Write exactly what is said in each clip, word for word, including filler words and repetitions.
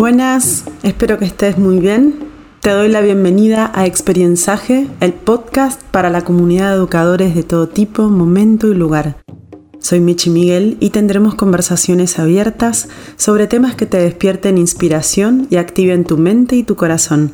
Buenas, espero que estés muy bien. Te doy la bienvenida a Experienzaje, el podcast para la comunidad de educadores de todo tipo, momento y lugar. Soy Michi Miguel y tendremos conversaciones abiertas sobre temas que te despierten inspiración y activen tu mente y tu corazón.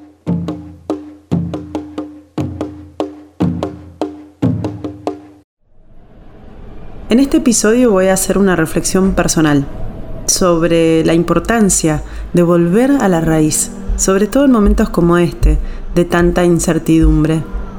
En este episodio voy a hacer una reflexión personal sobre la importancia de volver a la raíz, sobre todo en momentos como este, de tanta incertidumbre.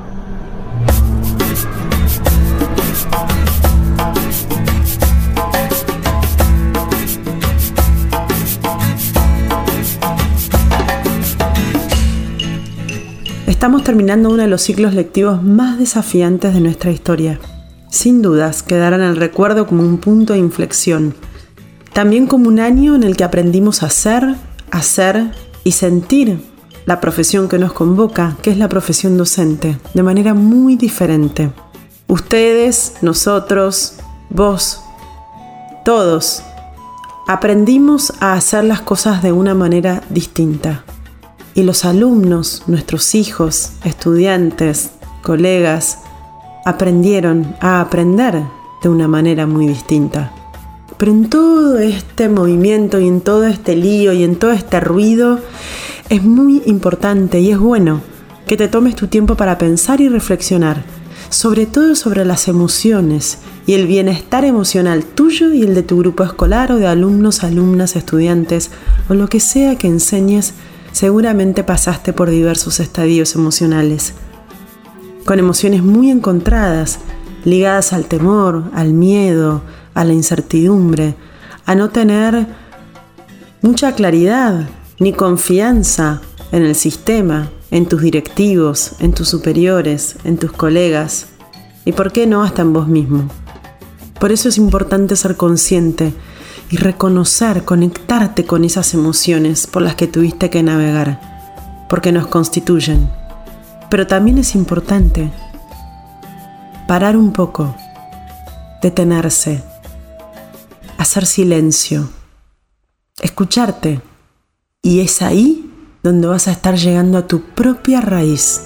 Estamos terminando uno de los ciclos lectivos más desafiantes de nuestra historia. Sin dudas, quedará en el recuerdo como un punto de inflexión. También como un año en el que aprendimos a ser, hacer y sentir la profesión que nos convoca, que es la profesión docente, de manera muy diferente. Ustedes, nosotros, vos, todos, aprendimos a hacer las cosas de una manera distinta. Y los alumnos, nuestros hijos, estudiantes, colegas, aprendieron a aprender de una manera muy distinta. Pero en todo este movimiento y en todo este lío y en todo este ruido es muy importante y es bueno que te tomes tu tiempo para pensar y reflexionar, sobre todo sobre las emociones y el bienestar emocional tuyo y el de tu grupo escolar o de alumnos, alumnas, estudiantes o lo que sea que enseñes. Seguramente pasaste por diversos estadios emocionales, con emociones muy encontradas, ligadas al temor, al miedo, a la incertidumbre, a no tener mucha claridad ni confianza en el sistema, en tus directivos, en tus superiores, en tus colegas y, ¿por qué no?, hasta en vos mismo. Por eso es importante ser consciente y reconocer, conectarte con esas emociones por las que tuviste que navegar, porque nos constituyen. Pero también es importante parar un poco, detenerse, hacer silencio, escucharte, y es ahí donde vas a estar llegando a tu propia raíz.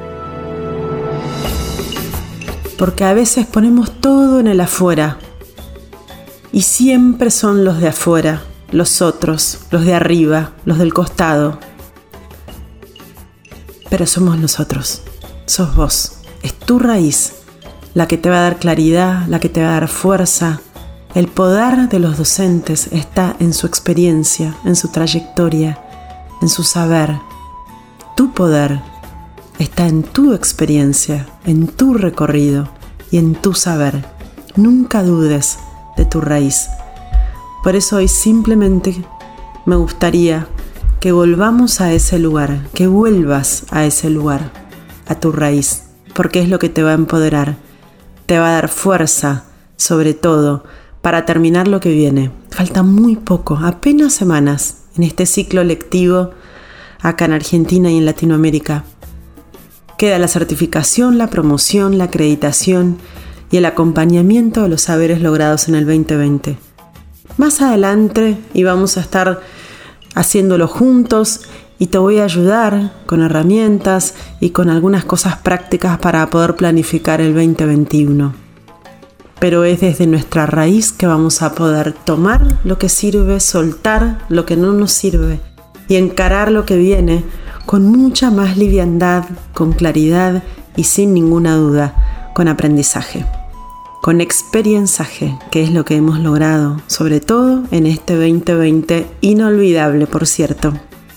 Porque a veces ponemos todo en el afuera, y siempre son los de afuera, los otros, los de arriba, los del costado. Pero somos nosotros, sos vos, es tu raíz la que te va a dar claridad, la que te va a dar fuerza. El poder de los docentes está en su experiencia, en su trayectoria, en su saber. Tu poder está en tu experiencia, en tu recorrido y en tu saber. Nunca dudes de tu raíz. Por eso hoy simplemente me gustaría que volvamos a ese lugar, que vuelvas a ese lugar, a tu raíz, porque es lo que te va a empoderar, te va a dar fuerza, sobre todo, para terminar lo que viene. Falta muy poco, apenas semanas, en este ciclo lectivo acá en Argentina y en Latinoamérica. Queda la certificación, la promoción, la acreditación y el acompañamiento de los saberes logrados en el veinte veinte. Más adelante íbamos a estar haciéndolo juntos y te voy a ayudar con herramientas y con algunas cosas prácticas para poder planificar el veinte veintiuno. Pero es desde nuestra raíz que vamos a poder tomar lo que sirve, soltar lo que no nos sirve y encarar lo que viene con mucha más liviandad, con claridad y sin ninguna duda, con aprendizaje, con experienzaje, que es lo que hemos logrado, sobre todo en este veinte veinte inolvidable, por cierto.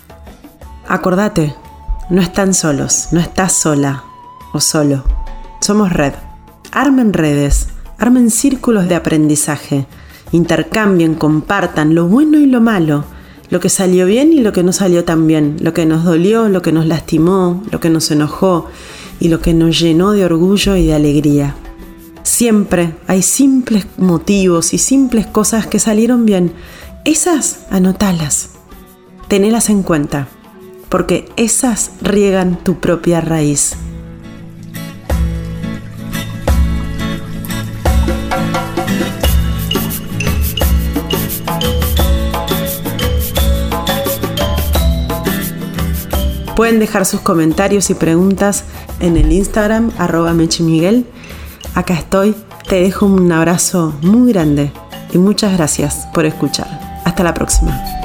Acordate, no están solos, no estás sola o solo. Somos red. Armen redes, armen círculos de aprendizaje, intercambien, compartan lo bueno y lo malo, lo que salió bien y lo que no salió tan bien, lo que nos dolió, lo que nos lastimó, lo que nos enojó y lo que nos llenó de orgullo y de alegría. Siempre hay simples motivos y simples cosas que salieron bien. Esas, anotalas, tenelas en cuenta, porque esas riegan tu propia raíz. Pueden dejar sus comentarios y preguntas en el Instagram, arroba mechimiguel. Acá estoy, te dejo un abrazo muy grande y muchas gracias por escuchar. Hasta la próxima.